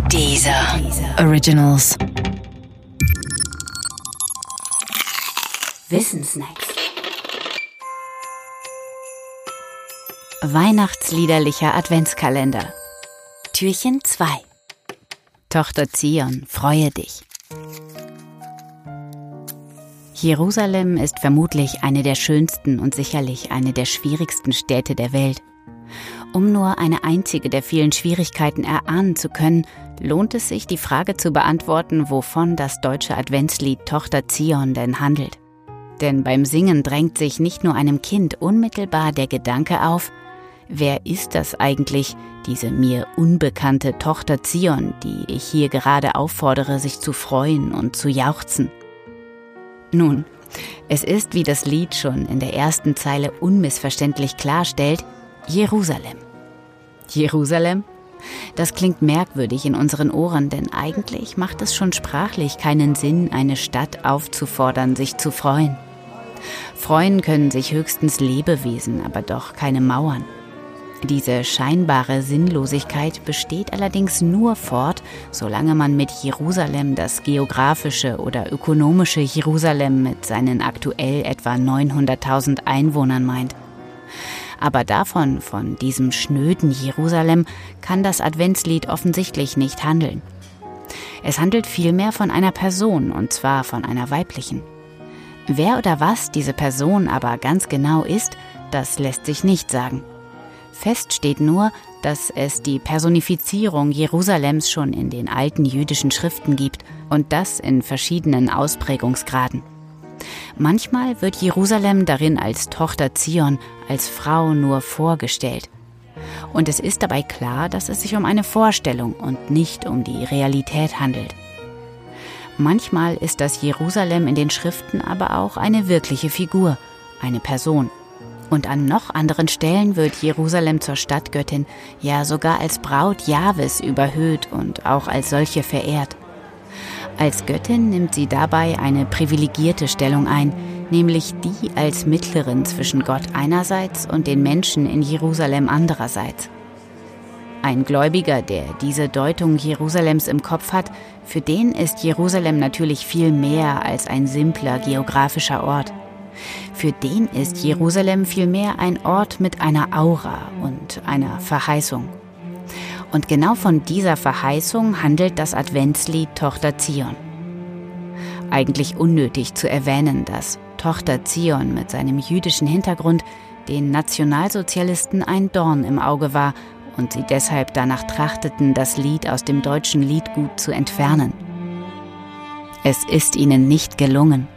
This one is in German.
Deezer Originals. Wissensnacks. Weihnachtsliederlicher Adventskalender. Türchen 2. Tochter Zion, freue dich. Jerusalem ist vermutlich eine der schönsten und sicherlich eine der schwierigsten Städte der Welt. Um nur eine einzige der vielen Schwierigkeiten erahnen zu können, lohnt es sich, die Frage zu beantworten, wovon das deutsche Adventslied Tochter Zion denn handelt. Denn beim Singen drängt sich nicht nur einem Kind unmittelbar der Gedanke auf: Wer ist das eigentlich, diese mir unbekannte Tochter Zion, die ich hier gerade auffordere, sich zu freuen und zu jauchzen? Nun, es ist, wie das Lied schon in der ersten Zeile unmissverständlich klarstellt, Jerusalem. Jerusalem? Das klingt merkwürdig in unseren Ohren, denn eigentlich macht es schon sprachlich keinen Sinn, eine Stadt aufzufordern, sich zu freuen. Freuen können sich höchstens Lebewesen, aber doch keine Mauern. Diese scheinbare Sinnlosigkeit besteht allerdings nur fort, solange man mit Jerusalem das geografische oder ökonomische Jerusalem mit seinen aktuell etwa 900.000 Einwohnern meint. Aber von diesem schnöden Jerusalem, kann das Adventslied offensichtlich nicht handeln. Es handelt vielmehr von einer Person, und zwar von einer weiblichen. Wer oder was diese Person aber ganz genau ist, das lässt sich nicht sagen. Fest steht nur, dass es die Personifizierung Jerusalems schon in den alten jüdischen Schriften gibt, und das in verschiedenen Ausprägungsgraden. Manchmal wird Jerusalem darin als Tochter Zion, als Frau nur vorgestellt. Und es ist dabei klar, dass es sich um eine Vorstellung und nicht um die Realität handelt. Manchmal ist das Jerusalem in den Schriften aber auch eine wirkliche Figur, eine Person. Und an noch anderen Stellen wird Jerusalem zur Stadtgöttin, ja sogar als Braut Jahwes überhöht und auch als solche verehrt. Als Göttin nimmt sie dabei eine privilegierte Stellung ein, nämlich die als Mittlerin zwischen Gott einerseits und den Menschen in Jerusalem andererseits. Ein Gläubiger, der diese Deutung Jerusalems im Kopf hat, für den ist Jerusalem natürlich viel mehr als ein simpler geografischer Ort. Für den ist Jerusalem vielmehr ein Ort mit einer Aura und einer Verheißung. Und genau von dieser Verheißung handelt das Adventslied Tochter Zion. Eigentlich unnötig zu erwähnen, dass Tochter Zion mit seinem jüdischen Hintergrund den Nationalsozialisten ein Dorn im Auge war und sie deshalb danach trachteten, das Lied aus dem deutschen Liedgut zu entfernen. Es ist ihnen nicht gelungen.